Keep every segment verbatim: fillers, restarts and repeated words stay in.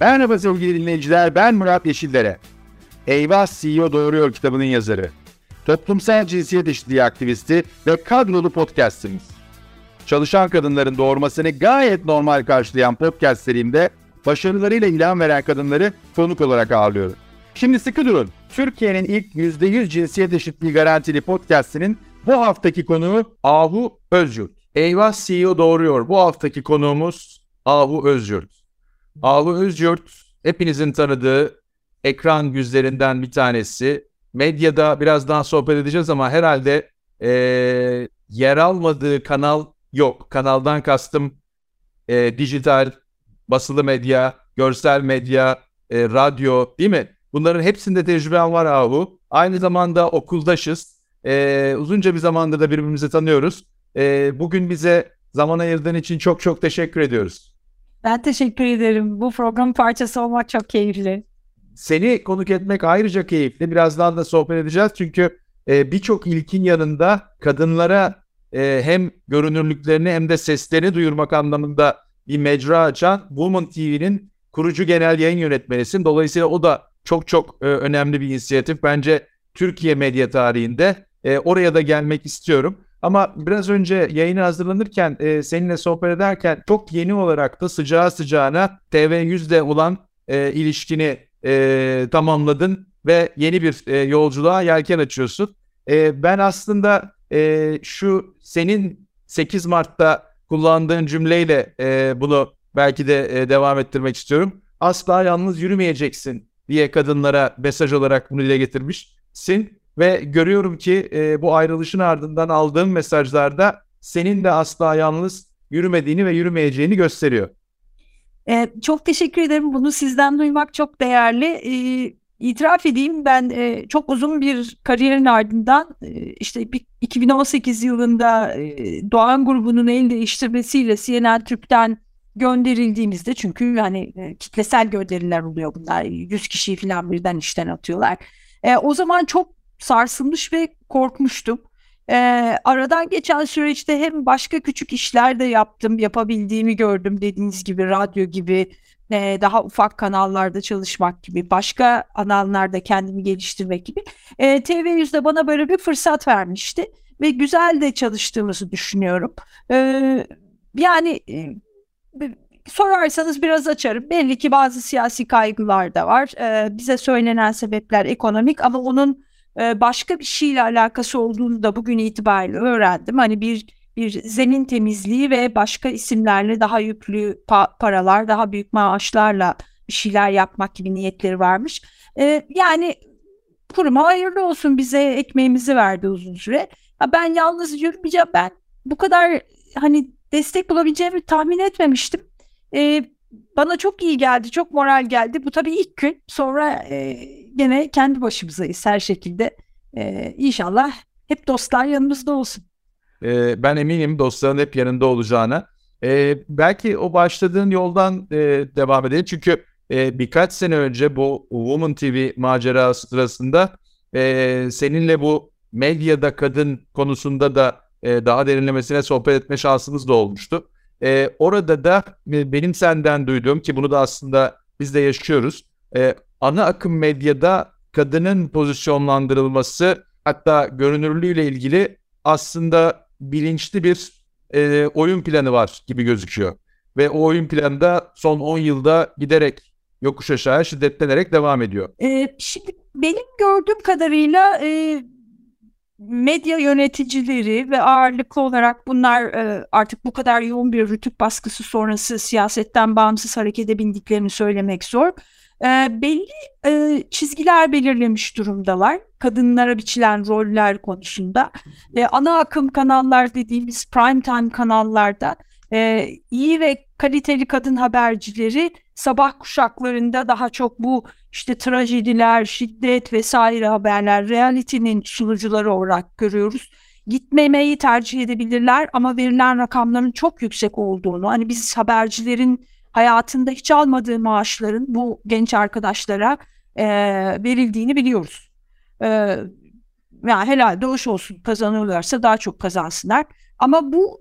Merhaba sevgili dinleyiciler, ben Murat Yeşildere. Eyvah C E O Doğuruyor kitabının yazarı. Toplumsal cinsiyet eşitliği aktivisti ve kadrolu podcastimiz. Çalışan kadınların doğurmasını gayet normal karşılayan podcast serimde başarılarıyla ilham veren kadınları konuk olarak ağırlıyorum. Şimdi sıkı durun. Türkiye'nin ilk yüzde yüz cinsiyet eşitliği garantili podcastinin bu haftaki konuğu Ahu Özyurt. Eyvah C E O Doğuruyor. Bu haftaki konuğumuz Ahu Özyurt. Ahu Özyurt hepinizin tanıdığı ekran yüzlerinden bir tanesi. Medyada birazdan sohbet edeceğiz ama herhalde ee, yer almadığı kanal yok. Kanaldan kastım e, dijital, basılı medya, görsel medya, e, radyo, değil mi? Bunların hepsinde tecrüben var Ahu. Aynı zamanda okuldaşız. E, uzunca bir zamandır da birbirimizi tanıyoruz. E, bugün bize zaman ayırdığın için çok çok teşekkür ediyoruz. Ben teşekkür ederim. Bu programın parçası olmak çok keyifli. Seni konuk etmek ayrıca keyifli. Birazdan da sohbet edeceğiz. Çünkü e, birçok ilkin yanında kadınlara e, hem görünürlüklerini hem de seslerini duyurmak anlamında bir mecra açan Woman T V'nin kurucu genel yayın yönetmenisin. Dolayısıyla o da çok çok e, önemli bir inisiyatif. Bence Türkiye medya tarihinde e, oraya da gelmek istiyorum. Ama biraz önce yayına hazırlanırken, e, seninle sohbet ederken çok yeni olarak da sıcağı sıcağına T V yüzde olan e, ilişkini e, tamamladın ve yeni bir e, yolculuğa yelken açıyorsun. E, ben aslında e, şu senin sekiz Mart'ta kullandığın cümleyle e, bunu belki de e, devam ettirmek istiyorum. Asla yalnız yürümeyeceksin diye kadınlara mesaj olarak bunu dile getirmişsin. Ve görüyorum ki e, bu ayrılışın ardından aldığım mesajlarda senin de asla yalnız yürümediğini ve yürümeyeceğini gösteriyor. Ee, çok teşekkür ederim. Bunu sizden duymak çok değerli. Ee, itiraf edeyim, ben e, çok uzun bir kariyerin ardından e, işte iki bin on sekiz yılında e, Doğan grubunun el değiştirmesiyle C N N Türk'ten gönderildiğimizde, çünkü hani e, kitlesel gönderiler oluyor bunlar. yüz kişiyi falan birden işten atıyorlar. E, o zaman çok sarsılmış ve korkmuştum. Ee, aradan geçen süreçte hem başka küçük işler de yaptım, yapabildiğimi gördüm, dediğiniz gibi radyo gibi, e, daha ufak kanallarda çalışmak gibi, başka alanlarda kendimi geliştirmek gibi. E, T V yüzde bana böyle bir fırsat vermişti ve güzel de çalıştığımızı düşünüyorum. E, yani e, sorarsanız biraz açarım. Belli ki bazı siyasi kaygılar da var. E, bize söylenen sebepler ekonomik, ama onun başka bir şeyle alakası olduğunu da bugün itibariyle öğrendim. Hani bir bir zemin temizliği ve başka isimlerle daha yüklü pa- paralar, daha büyük maaşlarla bir şeyler yapmak gibi niyetleri varmış. Ee, yani kuruma hayırlı olsun, bize ekmeğimizi verdi uzun süre. Ha, ben yalnız yürümeyeceğim, ben bu kadar hani destek bulabileceğimi tahmin etmemiştim. Ee, bana çok iyi geldi, çok moral geldi. Bu tabii ilk gün, sonra e, gene kendi başımızayız her şekilde. Ee, İnşallah hep dostlar yanımızda olsun. Ee, ben eminim dostların hep yanında olacağına. Ee, belki o başladığın yoldan e, devam edelim. Çünkü e, birkaç sene önce bu Woman T V macerası sırasında e, seninle bu medyada kadın konusunda da e, daha derinlemesine sohbet etme şansımız da olmuştu. E, orada da e, benim senden duyduğum, ki bunu da aslında biz de yaşıyoruz. E, ana akım medyada kadının pozisyonlandırılması, hatta görünürlüğüyle ilgili aslında bilinçli bir e, oyun planı var gibi gözüküyor. Ve o oyun planı da son on yılda giderek yokuş aşağı şiddetlenerek devam ediyor. E, şimdi benim gördüğüm kadarıyla e, medya yöneticileri ve ağırlıklı olarak bunlar e, artık bu kadar yoğun bir rütük baskısı sonrası siyasetten bağımsız hareket edebildiklerini söylemek zor. E, belli e, çizgiler belirlemiş durumdalar kadınlara biçilen roller konusunda. E, ana akım kanallar dediğimiz prime time kanallarda e, iyi ve kaliteli kadın habercileri sabah kuşaklarında daha çok bu işte trajediler, şiddet vesaire haberler, reality'nin sunucuları olarak görüyoruz. Gitmemeyi tercih edebilirler ama verilen rakamların çok yüksek olduğunu, hani biz habercilerin hayatında hiç almadığı maaşların bu genç arkadaşlara e, verildiğini biliyoruz. E, yani helal hoş olsun, kazanıyorlarsa daha çok kazansınlar. Ama bu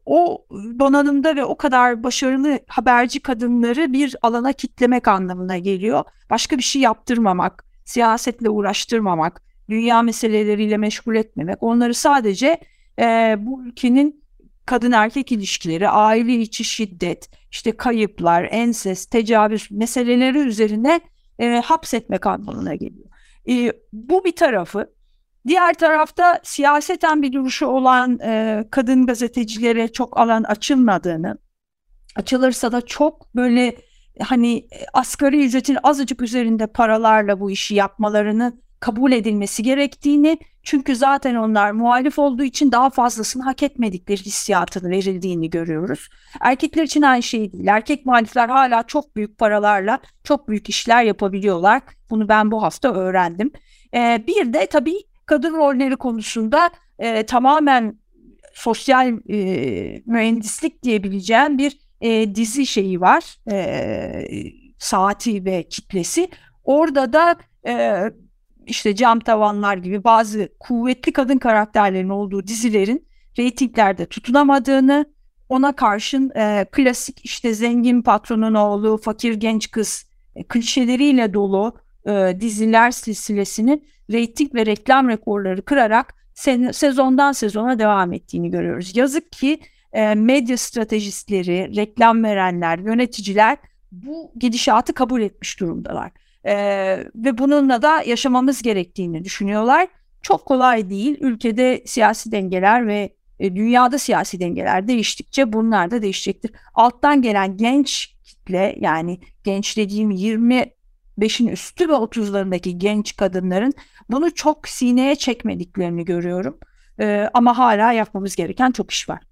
o donanımda ve o kadar başarılı haberci kadınları bir alana kitlemek anlamına geliyor. Başka bir şey yaptırmamak, siyasetle uğraştırmamak, dünya meseleleriyle meşgul etmemek. Onları sadece e, bu ülkenin kadın erkek ilişkileri, aile içi şiddet, işte kayıplar, ensest, tecavüz meseleleri üzerine e, hapsetmek anlamına geliyor. E, bu bir tarafı. Diğer tarafta siyaseten bir duruşu olan e, kadın gazetecilere çok alan açılmadığını, açılırsa da çok böyle hani asgari ücretin azıcık üzerinde paralarla bu işi yapmalarını kabul edilmesi gerektiğini, çünkü zaten onlar muhalif olduğu için daha fazlasını hak etmedikleri hissiyatını verildiğini görüyoruz. Erkekler için aynı şey değil. Erkek muhalifler hala çok büyük paralarla çok büyük işler yapabiliyorlar. Bunu ben bu hafta öğrendim. Ee, bir de tabii kadın rolleri konusunda e, tamamen sosyal e, mühendislik diyebileceğim bir e, dizi şeyi var. E, saati ve kitlesi. Orada da e, işte Cam Tavanlar gibi bazı kuvvetli kadın karakterlerin olduğu dizilerin reytinglerde tutunamadığını, ona karşın e, klasik işte zengin patronun oğlu, fakir genç kız e, klişeleriyle dolu e, diziler silsilesinin reyting ve reklam rekorları kırarak se- sezondan sezona devam ettiğini görüyoruz. Yazık ki e, medya stratejistleri, reklam verenler, yöneticiler bu gidişatı kabul etmiş durumdalar. Ee, ve bununla da yaşamamız gerektiğini düşünüyorlar. Çok kolay değil. Ülkede siyasi dengeler ve e, dünyada siyasi dengeler değiştikçe bunlar da değişecektir. Alttan gelen genç kitle, yani genç dediğim yirmi beşin üstü ve otuzlarındaki genç kadınların bunu çok sineye çekmediklerini görüyorum. Ee, ama hala yapmamız gereken çok iş var.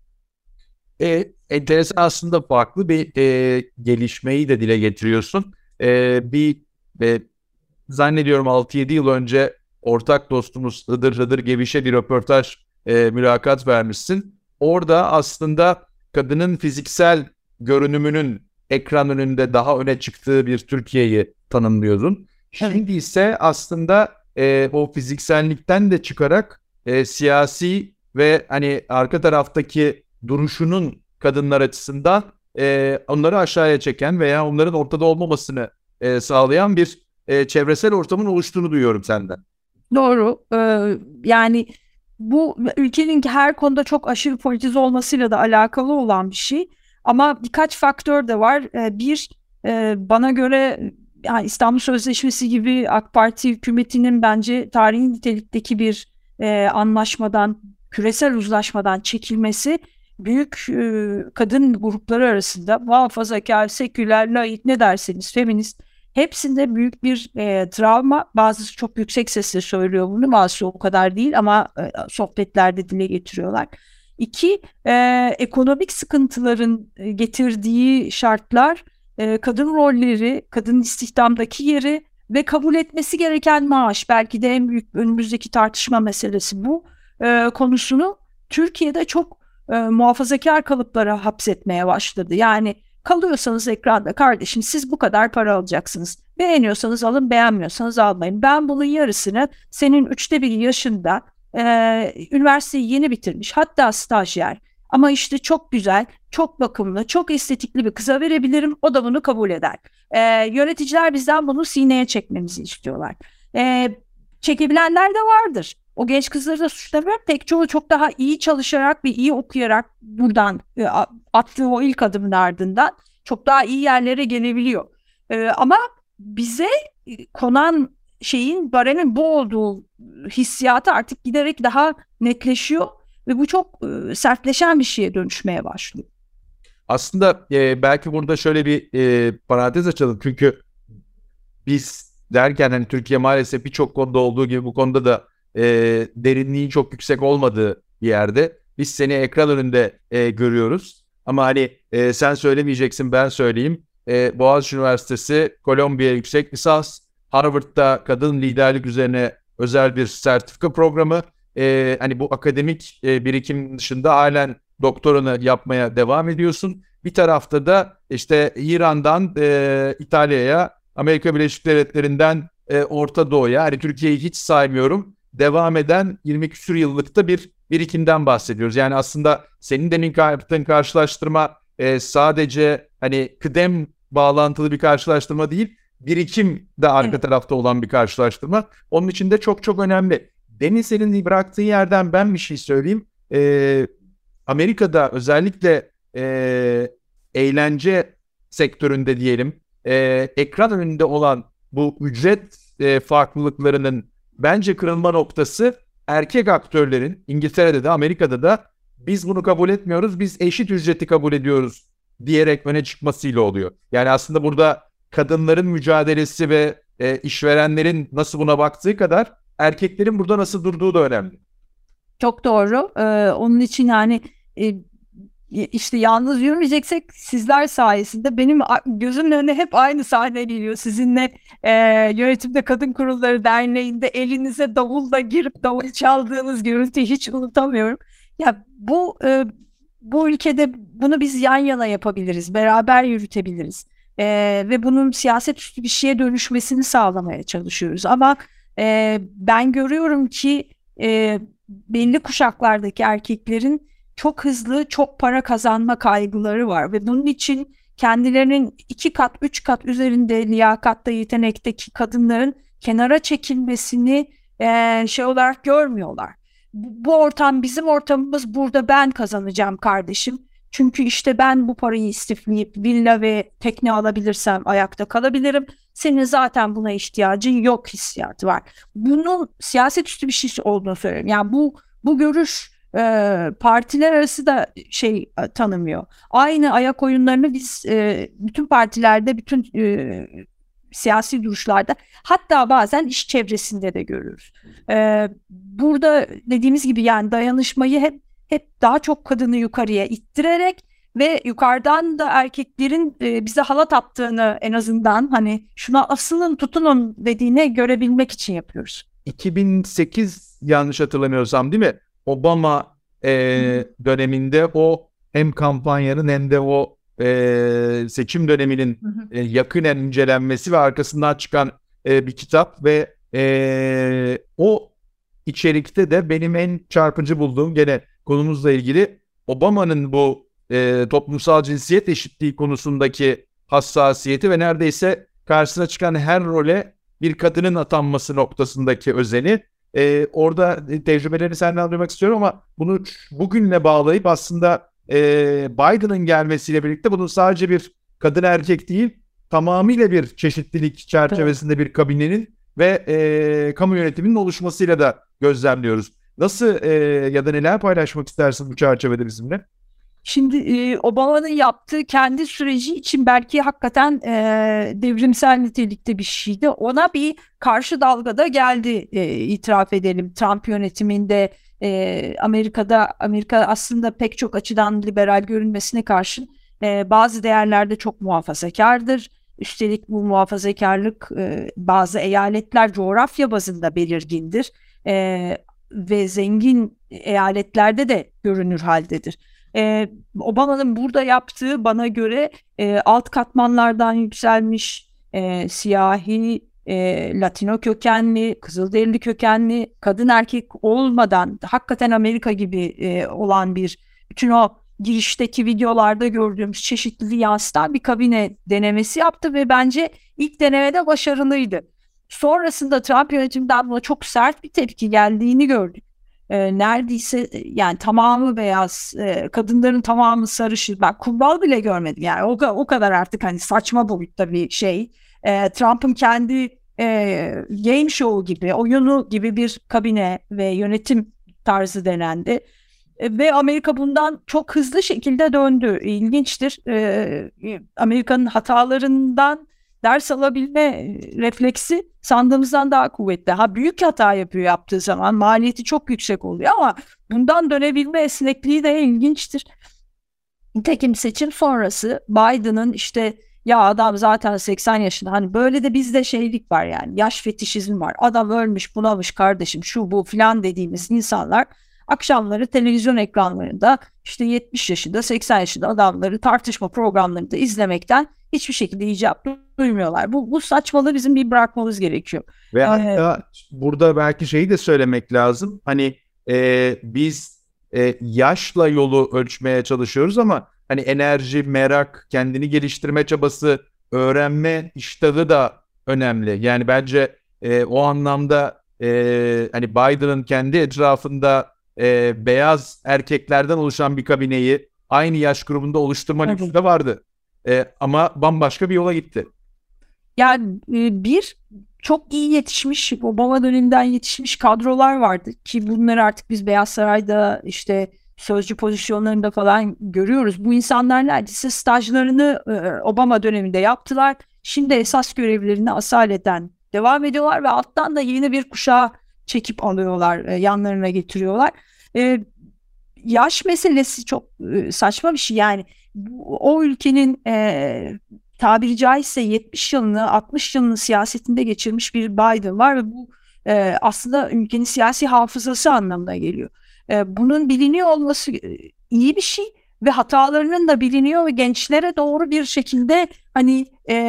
E, enteresan, aslında farklı bir e, gelişmeyi de dile getiriyorsun. E, bir Ve zannediyorum altı yedi yıl önce ortak dostumuz Hıdır Hıdır Geviş'e bir röportaj, e, mülakat vermişsin. Orada aslında kadının fiziksel görünümünün ekran önünde daha öne çıktığı bir Türkiye'yi tanımlıyordun. Şimdi ise aslında e, o fiziksellikten de çıkarak e, siyasi ve hani arka taraftaki duruşunun kadınlar açısından e, onları aşağıya çeken veya onların ortada olmamasını E, sağlayan bir e, çevresel ortamın oluştuğunu duyuyorum senden. Doğru. Ee, yani bu ülkenin her konuda çok aşırı politize olmasıyla da alakalı olan bir şey. Ama birkaç faktör de var. Ee, bir, e, bana göre yani İstanbul Sözleşmesi gibi AK Parti hükümetinin bence tarihi nitelikteki bir e, anlaşmadan, küresel uzlaşmadan çekilmesi büyük e, kadın grupları arasında muhafazakar, seküler, laik, ne derseniz feminist, hepsinde büyük bir e, travma. Bazısı çok yüksek sesle söylüyor bunu, bazısı o kadar değil ama e, sohbetlerde dile getiriyorlar. İki, e, ekonomik sıkıntıların e, getirdiği şartlar, e, kadın rolleri, kadın istihdamdaki yeri ve kabul etmesi gereken maaş, belki de en büyük önümüzdeki tartışma meselesi bu e, konusunu Türkiye'de çok e, muhafazakar kalıplara hapsetmeye başladı. Yani kalıyorsanız ekranda kardeşim siz bu kadar para alacaksınız. Beğeniyorsanız alın, beğenmiyorsanız almayın. Ben bunun yarısını senin üçte biri yaşında e, üniversiteyi yeni bitirmiş, hatta stajyer ama işte çok güzel, çok bakımlı, çok estetikli bir kıza verebilirim. O da bunu kabul eder. E, yöneticiler bizden bunu sineye çekmemizi istiyorlar. E, çekebilenler de vardır. O genç kızları da suçlamıyorum. Pek çoğu çok daha iyi çalışarak ve iyi okuyarak buradan e, attığı o ilk adımın ardından çok daha iyi yerlere gelebiliyor. E, ama bize konan şeyin, baremin bu olduğu hissiyatı artık giderek daha netleşiyor ve bu çok e, sertleşen bir şeye dönüşmeye başlıyor. Aslında e, belki burada şöyle bir e, parantez açalım. Çünkü biz derken hani Türkiye maalesef birçok konuda olduğu gibi bu konuda da e, derinliği çok yüksek olmadığı bir yerde. Biz seni ekran önünde e, görüyoruz. Ama hani e, sen söylemeyeceksin, ben söyleyeyim. E, Boğaziçi Üniversitesi, Kolombiya Yüksek Lisans, Harvard'da kadın liderlik üzerine özel bir sertifika programı. E, hani bu akademik e, birikim dışında halen doktoranı yapmaya devam ediyorsun. Bir tarafta da işte İran'dan e, İtalya'ya, Amerika Birleşik Devletleri'nden e, Orta Doğu'ya, hani Türkiye'yi hiç saymıyorum, devam eden yirmi küsur yıllıkta bir birikimden bahsediyoruz. Yani aslında senin demin yaptığın karşılaştırma e, sadece hani kıdem bağlantılı bir karşılaştırma değil, birikim de arka evet. tarafta olan bir karşılaştırma. Onun için de çok çok önemli. Demin senin bıraktığın yerden ben bir şey söyleyeyim. Ee, Amerika'da özellikle e, eğlence sektöründe diyelim, e, ekran önünde olan bu ücret e, farklılıklarının bence kırılma noktası erkek aktörlerin İngiltere'de de Amerika'da da biz bunu kabul etmiyoruz, biz eşit ücreti kabul ediyoruz diyerek öne çıkmasıyla oluyor. Yani aslında burada kadınların mücadelesi ve e, işverenlerin nasıl buna baktığı kadar erkeklerin burada nasıl durduğu da önemli. Çok doğru. Ee, onun için yani e, işte yalnız yürümeyeceksek sizler sayesinde benim gözümün önüne hep aynı sahne geliyor. Sizinle e, Yönetimde Kadın Kurulları Derneği'nde elinize davulla girip davul çaldığınız görüntüyü hiç unutamıyorum. Ya bu e, bu ülkede bunu biz yan yana yapabiliriz, beraber yürütebiliriz. Ee, ve bunun siyaset üstü bir şeye dönüşmesini sağlamaya çalışıyoruz. Ama e, ben görüyorum ki e, belli kuşaklardaki erkeklerin çok hızlı, çok para kazanma kaygıları var ve bunun için kendilerinin iki kat, üç kat üzerinde liyakatta, yetenekteki kadınların kenara çekilmesini e, şey olarak görmüyorlar. Bu, bu ortam bizim ortamımız, burada ben kazanacağım kardeşim. Çünkü işte ben bu parayı istifleyip villa ve tekne alabilirsem ayakta kalabilirim. Senin zaten buna ihtiyacın yok hissiyatı var. Bunun siyaset üstü bir şey olduğunu söylüyorum. Yani bu bu görüş e, partiler arası da şey e, tanımıyor. Aynı ayak oyunlarını biz e, bütün partilerde, bütün e, siyasi duruşlarda, hatta bazen iş çevresinde de görürüz. E, burada dediğimiz gibi yani dayanışmayı hep hep daha çok kadını yukarıya ittirerek ve yukarıdan da erkeklerin e, bize halat attığını, en azından hani şuna asılın tutunun dediğini görebilmek için yapıyoruz. iki bin sekiz yanlış hatırlamıyorsam değil mi? Obama e, döneminde o hem kampanyanın hem de o e, seçim döneminin e, yakinen incelenmesi ve arkasından çıkan e, bir kitap ve e, o içerikte de benim en çarpıcı bulduğum, gene konumuzla ilgili, Obama'nın bu e, toplumsal cinsiyet eşitliği konusundaki hassasiyeti ve neredeyse karşısına çıkan her role bir kadının atanması noktasındaki özeni. E, orada tecrübelerini senden duymak istiyorum ama bunu bugünle bağlayıp aslında e, Biden'ın gelmesiyle birlikte bunun sadece bir kadın erkek değil, tamamıyla bir çeşitlilik çerçevesinde bir kabinenin ve e, kamu yönetiminin oluşmasıyla da gözlemliyoruz. Nasıl e, ya da neler paylaşmak istersin bu çerçevede bizimle? Şimdi e, Obama'nın yaptığı kendi süreci için belki hakikaten e, devrimsel nitelikte bir şeydi. Ona bir karşı dalgada geldi, e, itiraf edelim. Trump yönetiminde e, Amerika'da Amerika aslında pek çok açıdan liberal görünmesine karşın e, bazı değerlerde çok muhafazakardır. Üstelik bu muhafazakarlık e, bazı eyaletler coğrafya bazında belirgindir e, ve zengin eyaletlerde de görünür haldedir. Ee, Obama'nın burada yaptığı bana göre e, alt katmanlardan yükselmiş e, siyahi, e, Latino kökenli, Kızılderili kökenli, kadın erkek olmadan hakikaten Amerika gibi e, olan bir, bütün o girişteki videolarda gördüğümüz çeşitliliği yansıtan bir kabine denemesi yaptı ve bence ilk denemede başarılıydı. Sonrasında Trump yönetiminden buna çok sert bir tepki geldiğini gördük. E, neredeyse yani tamamı beyaz, e, kadınların tamamı sarışın. Ben kumral bile görmedim yani o, o kadar artık hani saçma boyutta bir şey. E, Trump'ın kendi e, game show gibi, oyunu gibi bir kabine ve yönetim tarzı denendi. E, ve Amerika bundan çok hızlı şekilde döndü. İlginçtir. E, Amerika'nın hatalarından ders alabilme refleksi sandığımızdan daha kuvvetli. Ha, büyük hata yapıyor yaptığı zaman, maliyeti çok yüksek oluyor ama bundan dönebilme esnekliği de ilginçtir. Nitekim seçim sonrası Biden'ın işte ya adam zaten seksen yaşında, hani böyle de bizde şeylik var yani, yaş fetişizmi var. Adam ölmüş bunamış kardeşim şu bu filan dediğimiz insanlar akşamları televizyon ekranlarında işte yetmiş yaşında seksen yaşında adamları tartışma programlarında izlemekten hiçbir şekilde icap duymuyorlar. Bu, bu saçmalığı bizim bir bırakmamız gerekiyor. Ve hatta ee, burada belki şeyi de söylemek lazım. Hani e, biz e, yaşla yolu ölçmeye çalışıyoruz ama hani enerji, merak, kendini geliştirme çabası, öğrenme iştahı da önemli. Yani bence e, o anlamda e, hani Biden'ın kendi etrafında e, beyaz erkeklerden oluşan bir kabineyi aynı yaş grubunda oluşturma lüksü de vardı. E, ama bambaşka bir yola gitti. Yani e, bir çok iyi yetişmiş, Obama döneminden yetişmiş kadrolar vardı ki bunları artık biz Beyaz Saray'da işte sözcü pozisyonlarında falan görüyoruz. Bu insanlar neredeyse stajlarını e, Obama döneminde yaptılar. Şimdi esas görevlerini asaleten devam ediyorlar ve alttan da yeni bir kuşağı çekip alıyorlar, e, yanlarına getiriyorlar. E, yaş meselesi çok e, saçma bir şey yani. O ülkenin e, tabiri caizse yetmiş yılını altmış yılını siyasetinde geçirmiş bir Biden var ve bu e, aslında ülkenin siyasi hafızası anlamına geliyor. E, bunun biliniyor olması e, iyi bir şey ve hatalarının da biliniyor ve gençlere doğru bir şekilde hani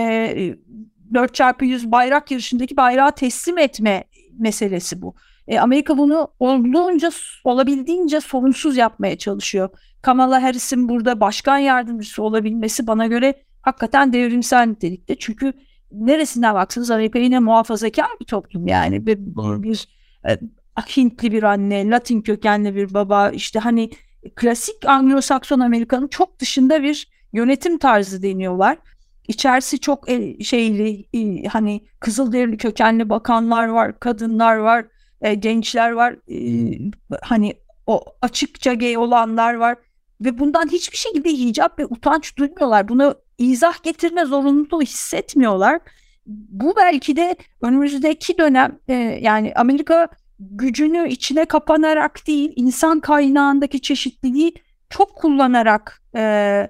e, dört çarpı yüz bayrak yarışındaki bayrağı teslim etme meselesi bu. E, Amerika bunu olduğunca, olabildiğince sorunsuz yapmaya çalışıyor. Kamala Harris'in burada başkan yardımcısı olabilmesi bana göre hakikaten devrimsel nitelikte. Çünkü neresinden baksanız Amerika yine muhafazakar bir toplum yani. Bir, bir e, Hintli bir anne, Latin kökenli bir baba, işte hani klasik Anglo-Sakson Amerika'nın çok dışında bir yönetim tarzı deniyorlar. İçerisi çok e, şeyli, e, hani Kızılderili kökenli bakanlar var, kadınlar var, e, gençler var, e, hani o açıkça gay olanlar var ve bundan hiçbir şekilde hicap ve utanç duymuyorlar. Buna izah getirme zorunluluğu hissetmiyorlar. Bu belki de önümüzdeki dönem e, yani Amerika gücünü içine kapanarak değil, insan kaynağındaki çeşitliliği çok kullanarak e,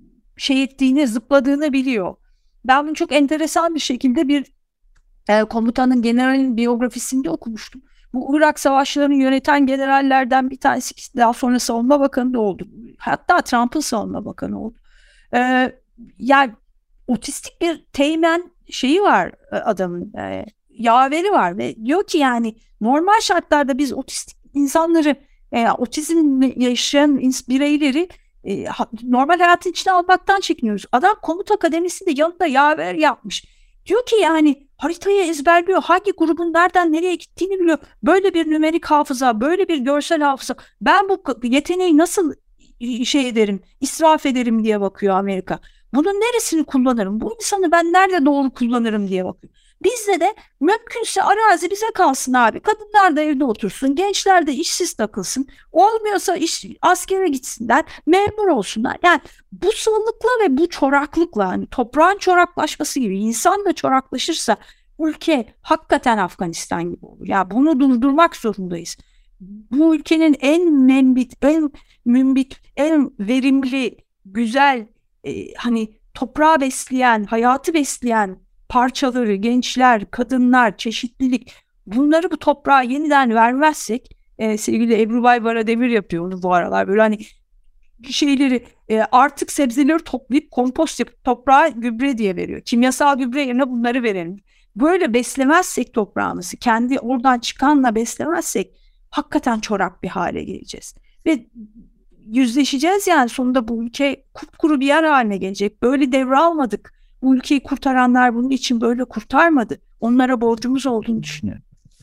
şey ettiğini, zıpladığını biliyor. Ben bunu çok enteresan bir şekilde bir e, komutanın, generalin biyografisinde okumuştum. Bu Irak savaşlarını yöneten generallerden bir tanesi, daha sonra savunma bakanı da oldu. Hatta Trump'ın savunma bakanı oldu. E, yani otistik bir teğmen şeyi var adamın, e, yaveri var ve diyor ki yani normal şartlarda biz otistik insanları, e, otizm yaşayan bireyleri e, normal hayatın içine almaktan çekiniyoruz. Adam komuta akademisinde yanında yaver yapmış. Diyor ki yani haritayı ezberliyor. Hangi grubun nereden nereye gittiğini biliyor. Böyle bir nümerik hafıza, böyle bir görsel hafıza. Ben bu yeteneği nasıl şey ederim, israf ederim diye bakıyor Amerika. Bunun neresini kullanırım? Bu insanı ben nerede doğru kullanırım diye bakıyor. Bizde de mümkünse arazi bize kalsın abi. Kadınlar da evde otursun. Gençler de işsiz takılsın. Olmuyorsa iş, askere gitsinler. Memur olsunlar. Yani bu sığlıkla ve bu çoraklıkla, hani toprağın çoraklaşması gibi insan da çoraklaşırsa ülke hakikaten Afganistan gibi olur. Ya bunu durdurmak zorundayız. Bu ülkenin en membit, en mümbit, en verimli, güzel, e, hani toprağı besleyen, hayatı besleyen parçaları, gençler, kadınlar, çeşitlilik, bunları bu toprağa yeniden vermezsek, e, sevgili Ebru Baybara Demir yapıyor onu bu aralar, böyle hani şeyleri, e, artık sebzeleri toplayıp kompost yapıp toprağa gübre diye veriyor. Kimyasal gübre yerine bunları verelim. Böyle beslemezsek toprağımızı, kendi oradan çıkanla beslemezsek hakikaten çorak bir hale geleceğiz. Ve yüzleşeceğiz yani sonunda, bu ülke kupkuru bir yer haline gelecek. Böyle devralmadık. Bu ülkeyi kurtaranlar bunun için böyle kurtarmadı. Onlara borcumuz olduğunu düşünüyorum.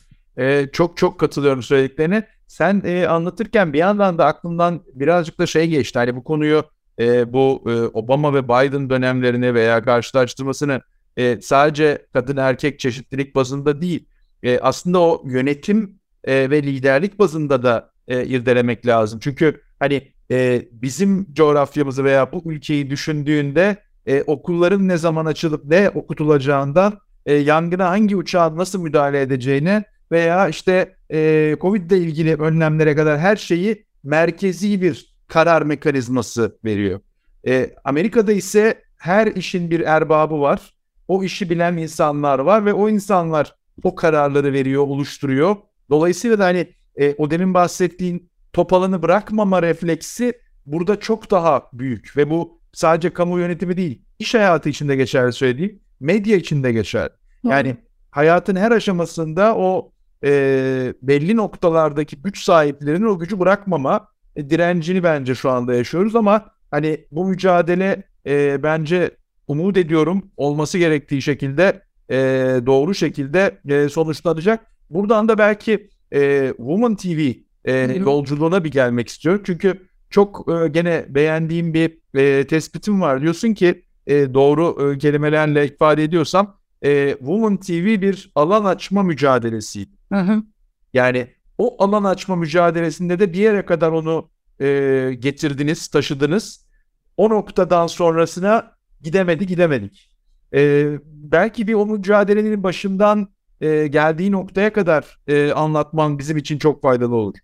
Ee, çok çok katılıyorum söylediklerine. Sen e, anlatırken bir yandan da aklımdan birazcık da şey geçti. Hani bu konuyu e, bu e, Obama ve Biden dönemlerini veya karşılaştırmasını e, sadece kadın erkek çeşitlilik bazında değil, e, aslında o yönetim e, ve liderlik bazında da e, irdelemek lazım. Çünkü hani e, bizim coğrafyamızı veya bu ülkeyi düşündüğünde e, okulların ne zaman açılıp ne okutulacağından, e, yangına hangi uçağın nasıl müdahale edeceğine veya işte e, Covid ile ilgili önlemlere kadar her şeyi merkezi bir karar mekanizması veriyor. E, Amerika'da ise her işin bir erbabı var. O işi bilen insanlar var ve o insanlar o kararları veriyor, oluşturuyor. Dolayısıyla da hani e, o demin bahsettiğin topalanı bırakmama refleksi burada çok daha büyük ve bu sadece kamu yönetimi değil, iş hayatı içinde geçerli söylediğim, medya içinde geçerli. Yani hayatın her aşamasında o e, belli noktalardaki güç sahiplerinin o gücü bırakmama e, direncini bence şu anda yaşıyoruz ama hani bu mücadele e, bence umut ediyorum olması gerektiği şekilde e, doğru şekilde e, sonuçlanacak. Buradan da belki e, Woman T V e, yolculuğuna bir gelmek istiyorum. Çünkü çok e, gene beğendiğim bir e, tespitim var. Diyorsun ki e, doğru e, kelimelerle ifade ediyorsam e, Woman T V bir alan açma mücadelesiydi. Hı hı. Yani o alan açma mücadelesinde de bir yere kadar onu e, getirdiniz, taşıdınız. O noktadan sonrasına gidemedi, gidemedik. E, belki bir o mücadelenin başından e, geldiği noktaya kadar e, anlatman bizim için çok faydalı olur.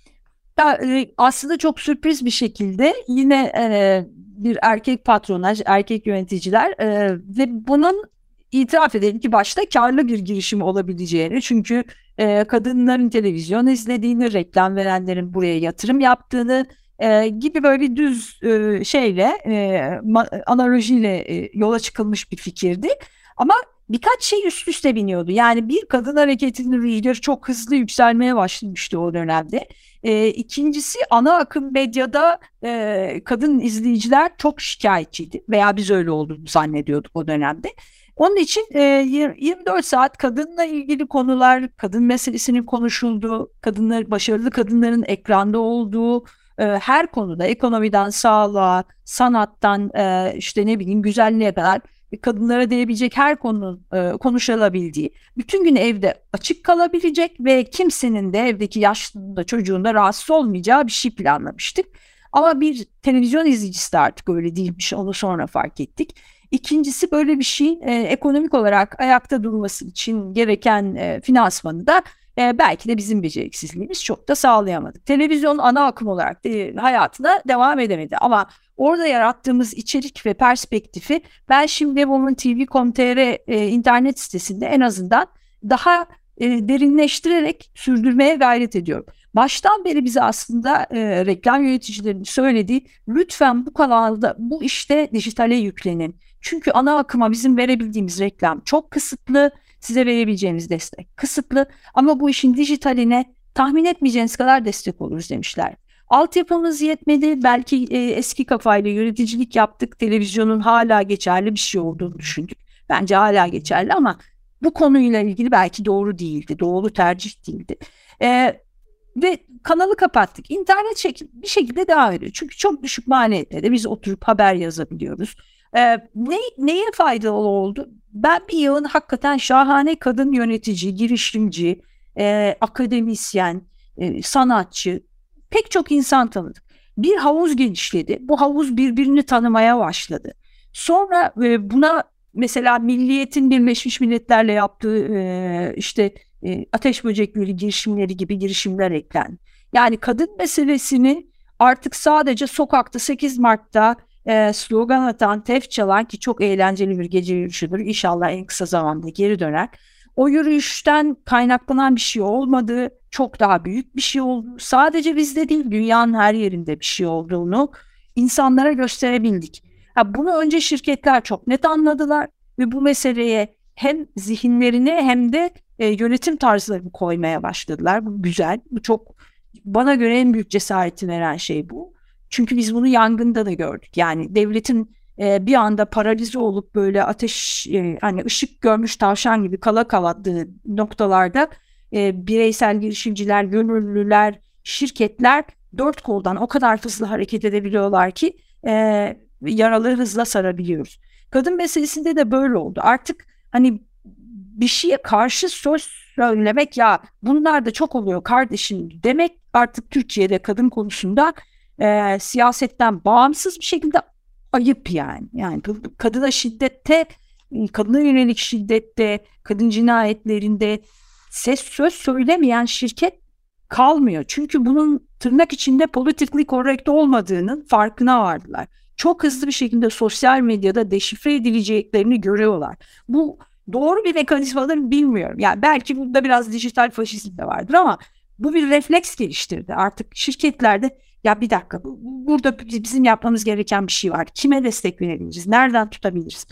Ya, e, aslında çok sürpriz bir şekilde yine e, bir erkek patronaj, erkek yöneticiler e, ve bunun itiraf edelim ki başta karlı bir girişim olabileceğini, çünkü e, kadınların televizyon izlediğini, reklam verenlerin buraya yatırım yaptığını e, gibi böyle bir düz e, şeyle, e, analojiyle e, yola çıkılmış bir fikirdi. Ama birkaç şey üst üste biniyordu. Yani bir, kadın hareketinin rüzgarı çok hızlı yükselmeye başlamıştı o dönemde. E, ikincisi, ana akım medyada e, kadın izleyiciler çok şikayetçiydi veya biz öyle olduğunu zannediyorduk o dönemde. Onun için e, yirmi dört saat kadınla ilgili konular, kadın meselesinin konuşulduğu, kadınlar, başarılı kadınların ekranda olduğu e, her konuda, ekonomiden sağlığa, sanattan e, işte ne bileyim güzelliğe kadar kadınlara değebilecek her konunun e, konuşulabildiği, bütün gün evde açık kalabilecek ve kimsenin de evdeki yaşlının da çocuğun da rahatsız olmayacağı bir şey planlamıştık. Ama bir televizyon izleyicisi de artık öyle değilmiş, onu sonra fark ettik. İkincisi, böyle bir şeyin e, ekonomik olarak ayakta durması için gereken e, finansmanı da e, belki de bizim beceriksizliğimiz çok da sağlayamadık. Televizyon ana akım olarak de, hayatına devam edemedi ama orada yarattığımız içerik ve perspektifi ben şimdi woman t v nokta com nokta t r e, internet sitesinde en azından daha e, derinleştirerek sürdürmeye gayret ediyorum. Baştan beri bize aslında e, reklam yöneticilerinin söylediği, lütfen bu kanalda, bu işte dijitale yüklenin. Çünkü ana akıma bizim verebildiğimiz reklam çok kısıtlı, size verebileceğimiz destek kısıtlı ama bu işin dijitaline tahmin etmeyeceğiniz kadar destek oluruz demişler. Altyapımız yetmedi, belki e, eski kafayla yöneticilik yaptık, televizyonun hala geçerli bir şey olduğunu düşündük. Bence hala geçerli ama bu konuyla ilgili belki doğru değildi, doğru tercih değildi. E, ve kanalı kapattık. İnternet şekil, bir şekilde devam ediyor. Çünkü çok düşük maliyetle de biz oturup haber yazabiliyoruz. Ee, ne, neye faydalı oldu? Ben bir yılın hakikaten şahane kadın yönetici, girişimci, e, akademisyen, e, sanatçı, pek çok insan tanıdık. Bir havuz genişledi. Bu havuz birbirini tanımaya başladı. Sonra e, buna mesela Milliyet'in Birleşmiş Milletler'le yaptığı e, işte e, ateş böcekleri girişimleri gibi girişimler eklendi. Yani kadın meselesini artık sadece sokakta sekiz Mart'ta e, slogan atan, tef çalan, ki çok eğlenceli bir gece yürüyüşüdür, İnşallah en kısa zamanda geri döner. O yürüyüşten kaynaklanan bir şey olmadı, çok daha büyük bir şey oldu. Sadece bizde değil, dünyanın her yerinde bir şey olduğunu insanlara gösterebildik. Ha, bunu önce şirketler çok net anladılar ve bu meseleye hem zihinlerini hem de e, yönetim tarzlarını koymaya başladılar. Bu güzel, bu çok, bana göre en büyük cesareti veren şey bu. Çünkü biz bunu yangında da gördük. Yani devletin e, bir anda paralize olup böyle ateş, e, hani ışık görmüş tavşan gibi kala kaladığı noktalarda e, bireysel girişimciler, gönüllüler, şirketler dört koldan o kadar hızlı hareket edebiliyorlar ki e, yaraları hızla sarabiliyoruz. Kadın meselesinde de böyle oldu. Artık hani bir şeye karşı söz söylemek, ya bunlar da çok oluyor kardeşim demek, artık Türkiye'de kadın konusunda e, siyasetten bağımsız bir şekilde ayıp yani. Yani kadına şiddette, kadına yönelik şiddette, kadın cinayetlerinde ses söz söylemeyen şirket kalmıyor. Çünkü bunun tırnak içinde politically correct olmadığının farkına vardılar. Çok hızlı bir şekilde sosyal medyada deşifre edileceklerini görüyorlar. Bu doğru bir mekanizmadır bilmiyorum. Yani belki bunda biraz dijital faşizm de vardır ama bu bir refleks geliştirdi. Artık şirketlerde, ya bir dakika, burada bizim yapmamız gereken bir şey var. Kime destek verebiliriz? Nereden tutabiliriz?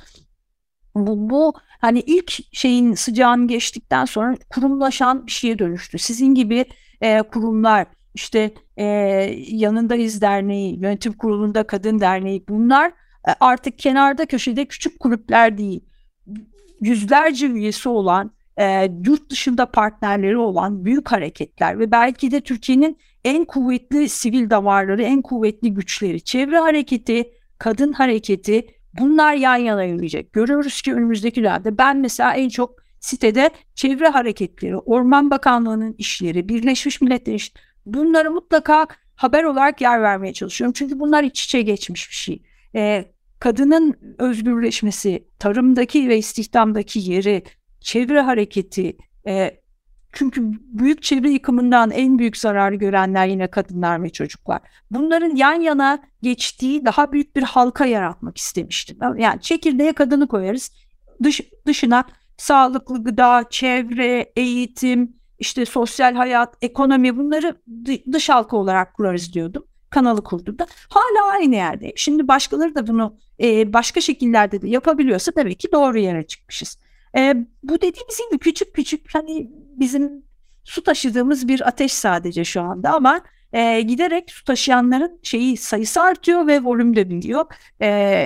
Bu, bu hani ilk şeyin sıcağını geçtikten sonra kurumlaşan bir şeye dönüştü. Sizin gibi e, kurumlar, işte e, Yanındayız Derneği, Yönetim Kurulu'nda Kadın Derneği, bunlar e, artık kenarda köşede küçük kulüpler değil. Yüzlerce üyesi olan, e, yurt dışında partnerleri olan büyük hareketler ve belki de Türkiye'nin en kuvvetli sivil damarları, en kuvvetli güçleri, çevre hareketi, kadın hareketi, bunlar yan yana yürüyecek. Görüyoruz ki önümüzdeki dönemde ben mesela en çok sitede çevre hareketleri, Orman Bakanlığı'nın işleri, Birleşmiş Milletler'in işleri, bunları mutlaka haber olarak yer vermeye çalışıyorum. Çünkü bunlar iç içe geçmiş bir şey. Ee, kadının özgürleşmesi, tarımdaki ve istihdamdaki yeri, çevre hareketi, e, çünkü büyük çevre yıkımından en büyük zararı görenler yine kadınlar ve çocuklar. Bunların yan yana geçtiği daha büyük bir halka yaratmak istemiştim. Yani çekirdeğe kadını koyarız. Dış, dışına sağlıklı gıda, çevre, eğitim, işte sosyal hayat, ekonomi, bunları dış halka olarak kurarız diyordum. Kanalı kurduğumda. Hala aynı yerde. Şimdi başkaları da bunu e, başka şekillerde de yapabiliyorsa demek ki doğru yere çıkmışız. E, bu dediğimiz gibi küçük küçük, hani bizim su taşıdığımız bir ateş sadece şu anda, ama e, giderek su taşıyanların şeyi sayısı artıyor ve volüm de büyüyor. E,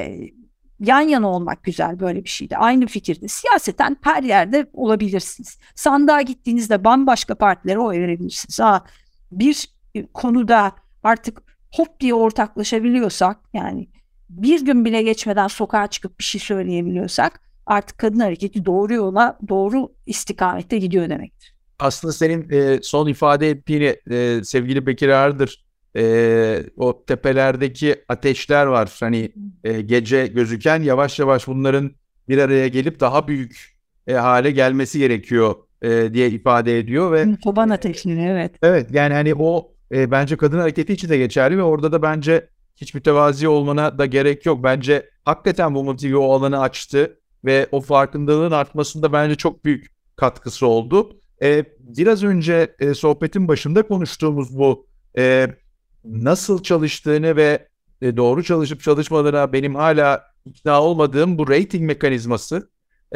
yan yana olmak güzel böyle bir şeydi. Aynı fikirde. Siyaseten her yerde olabilirsiniz. Sandığa gittiğinizde bambaşka partilere oy verebilirsiniz. Ha, bir konuda artık hop diye ortaklaşabiliyorsak, yani bir gün bile geçmeden sokağa çıkıp bir şey söyleyebiliyorsak, artık kadın hareketi doğru yola, doğru istikamette gidiyor demektir. Aslında senin e, son ifade ettiğini e, sevgili Bekir Ağırdır, e, o tepelerdeki ateşler var. Hani e, gece gözüken, yavaş yavaş bunların bir araya gelip daha büyük e, hale gelmesi gerekiyor e, diye ifade ediyor ve çoban ateşleri, evet. Evet, yani hani o e, bence kadın hareketi için de geçerli ve orada da bence hiç mütevazi olmana da gerek yok. Bence hakikaten bu motivi o alanı açtı ve o farkındalığın artmasında bence çok büyük katkısı oldu. E, biraz önce e, sohbetin başında konuştuğumuz bu e, nasıl çalıştığını ve e, doğru çalışıp çalışmadığına benim hala ikna olmadığım bu rating mekanizması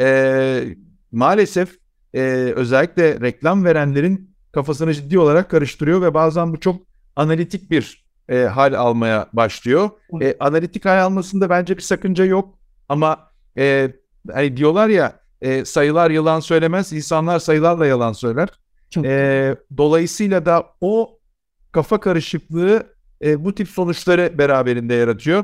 e, maalesef e, özellikle reklam verenlerin kafasını ciddi olarak karıştırıyor ve bazen bu çok analitik bir e, hal almaya başlıyor. E, analitik hal almasında bence bir sakınca yok ama e, hani diyorlar ya, e, sayılar yalan söylemez, insanlar sayılarla yalan söyler. E, dolayısıyla da o kafa karışıklığı e, bu tip sonuçları beraberinde yaratıyor.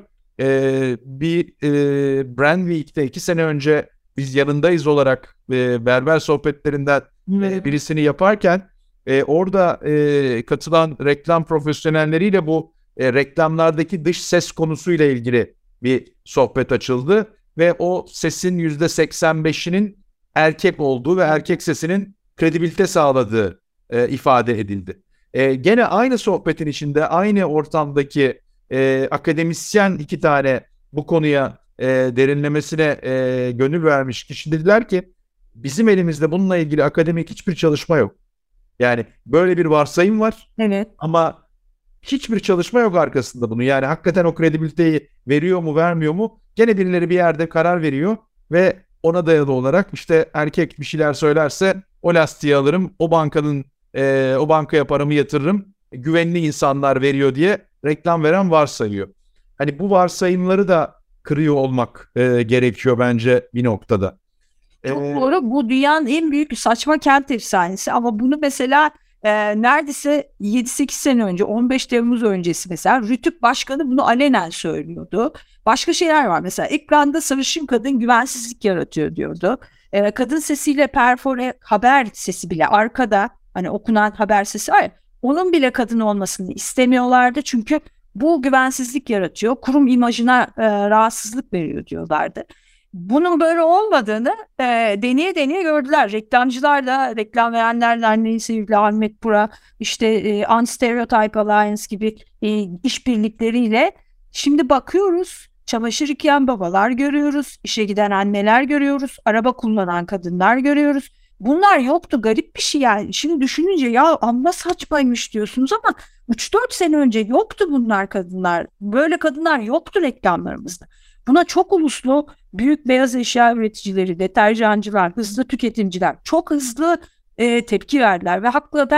E, bir e, Brand Week'te iki sene önce biz yanındayız olarak e, berber sohbetlerinden e, birisini yaparken e, orada e, katılan reklam profesyonelleriyle bu e, reklamlardaki dış ses konusuyla ilgili bir sohbet açıldı ve o sesin yüzde seksen beşinin erkek olduğu ve erkek sesinin kredibilite sağladığı e, ifade edildi. E, gene aynı sohbetin içinde aynı ortamdaki e, akademisyen iki tane bu konuya e, derinlemesine e, gönül vermiş kişi dediler ki bizim elimizde bununla ilgili akademik hiçbir çalışma yok. Yani böyle bir varsayım var, evet, ama hiçbir çalışma yok arkasında bunu. Yani hakikaten o kredibiliteyi veriyor mu vermiyor mu? Gene birileri bir yerde karar veriyor ve ona dayalı olarak işte erkek bir şeyler söylerse o lastiği alırım, o bankanın e, o bankaya paramı yatırırım, güvenli insanlar veriyor diye reklam veren varsayıyor. Hani bu varsayımları da kırıyor olmak e, gerekiyor bence bir noktada. Çok doğru. Bu dünyanın en büyük saçma kent efsanesi, ama bunu mesela e, neredeyse yedi sekiz sene önce, on beş Temmuz öncesi mesela Rütük Başkanı bunu alenen söylüyordu. Başka şeyler var, mesela ekranda sarışın kadın güvensizlik yaratıyor diyordu. E, kadın sesiyle perfore haber sesi bile arkada, hani okunan haber sesi var ya, onun bile kadın olmasını istemiyorlardı çünkü bu güvensizlik yaratıyor, kurum imajına e, rahatsızlık veriyor diyorlardı. Bunun böyle olmadığını e, deneye deneye gördüler. Reklamcılarla, reklam verenler derneği, sevgili Ahmet Pura, işte e, Unstereotype Alliance gibi e, işbirlikleriyle şimdi bakıyoruz, çamaşır yıkayan babalar görüyoruz, işe giden anneler görüyoruz, araba kullanan kadınlar görüyoruz. Bunlar yoktu, garip bir şey yani. Şimdi düşününce ya amma saçmaymış diyorsunuz ama üç dört sene önce yoktu bunlar, kadınlar. Böyle kadınlar yoktu reklamlarımızda. Buna çok uluslu büyük beyaz eşya üreticileri, deterjancılar, hızlı tüketimciler çok hızlı e, tepki verdiler ve hakikaten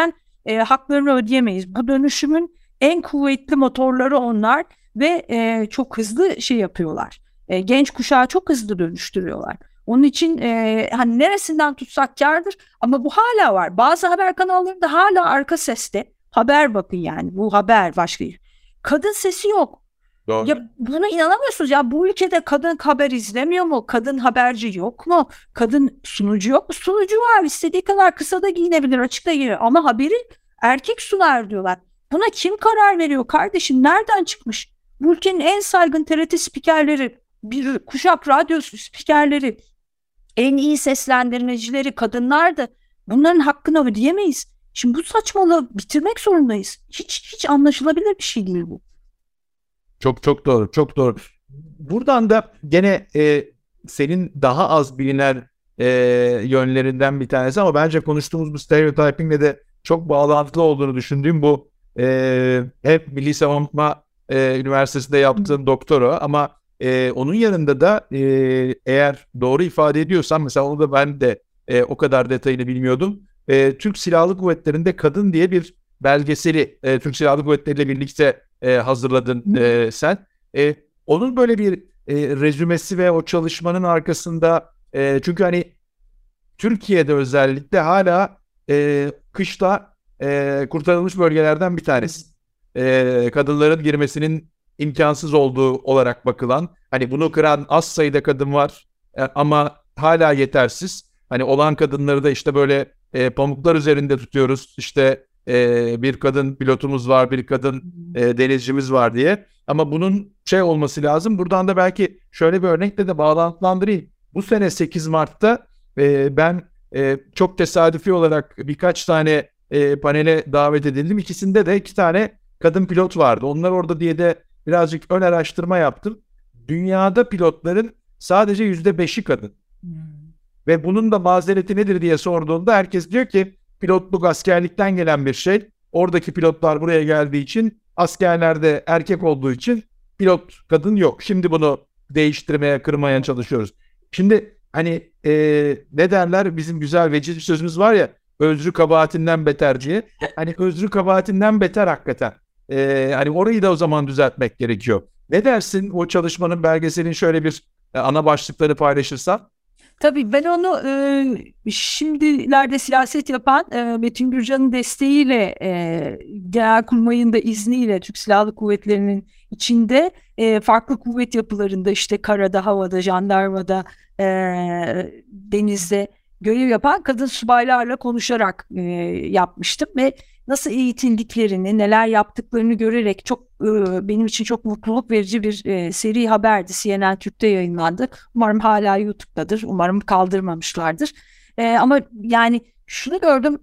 e, haklarını ödeyemeyiz. Bu dönüşümün en kuvvetli motorları onlar ve e, çok hızlı şey yapıyorlar. E, genç kuşağı çok hızlı dönüştürüyorlar. Onun için e, hani neresinden tutsak kârdır ama bu hala var. Bazı haber kanallarında hala arka seste haber, bakın yani bu haber başka. Kadın sesi yok. Doğru. Ya buna inanamıyorsunuz ya, bu ülkede kadın haber izlemiyor mu? Kadın haberci yok mu? Kadın sunucu yok mu? Sunucu var, istediği kadar kısa da giyinebilir, açık da giyinebilir ama haberi erkek sunar diyorlar. Buna kim karar veriyor kardeşim? Nereden çıkmış? Bu ülkenin en saygın T R T spikerleri, bir kuşak radyo spikerleri, en iyi seslendirmecileri kadınlardı. Bunların hakkını ödeyemeyiz. Şimdi bu saçmalığı bitirmek zorundayız. Hiç hiç anlaşılabilir bir şey değil bu. Çok çok doğru, çok doğru. Buradan da gene e, senin daha az bilinen e, yönlerinden bir tanesi ama bence konuştuğumuz bu stereotyping'le de çok bağlantılı olduğunu düşündüğüm bu e, hep Milli Savunma e, Üniversitesi'nde yaptığın doktora ama e, onun yanında da e, eğer doğru ifade ediyorsam, mesela onu da ben de e, o kadar detayını bilmiyordum. E, Türk Silahlı Kuvvetleri'nde Kadın diye bir belgeseli e, Türk Silahlı Kuvvetleri ile birlikte e, hazırladın e, sen. E, onun böyle bir e, rezümesi ve o çalışmanın arkasında e, çünkü hani Türkiye'de özellikle hala e, kışta e, kurtarılmış bölgelerden bir tanesi. E, kadınların girmesinin imkansız olduğu olarak bakılan, hani bunu kıran az sayıda kadın var e, ama hala yetersiz. Hani olan kadınları da işte böyle e, pamuklar üzerinde tutuyoruz. İşte e, bir kadın pilotumuz var, bir kadın e, denizcimiz var diye. Ama bunun şey olması lazım. Buradan da belki şöyle bir örnekle de bağlantılandırayım. Bu sene sekiz Mart'ta e, ben e, çok tesadüfi olarak birkaç tane e, panele davet edildim. İkisinde de iki tane kadın pilot vardı. Onlar orada diye de birazcık ön araştırma yaptım. Dünyada pilotların sadece yüzde beşi kadın. Hmm. Ve bunun da mazereti nedir diye sorduğunda herkes diyor ki pilotluk askerlikten gelen bir şey. Oradaki pilotlar buraya geldiği için, askerlerde erkek olduğu için pilot kadın yok. Şimdi bunu değiştirmeye, kırmaya çalışıyoruz. Şimdi hani e, ne derler, bizim güzel veciz bir sözümüz var ya, özrü kabahatinden beter diye. Hani özrü kabahatinden beter hakikaten. E, hani orayı da o zaman düzeltmek gerekiyor. Ne dersin o çalışmanın, belgeselin şöyle bir e, ana başlıkları paylaşırsan? Tabii ben onu e, şimdilerde siyaset yapan e, Metin Gürcan'ın desteğiyle, e, Genelkurmay'ın da izniyle Türk Silahlı Kuvvetleri'nin içinde e, farklı kuvvet yapılarında, işte karada, havada, jandarmada, e, denizde görev yapan kadın subaylarla konuşarak e, yapmıştım ve nasıl eğitildiklerini, neler yaptıklarını görerek çok e, benim için çok mutluluk verici bir e, seri haberdi. C N N Türk'te yayınlandı. Umarım hala YouTube'dadır. Umarım kaldırmamışlardır. E, ama yani şunu gördüm.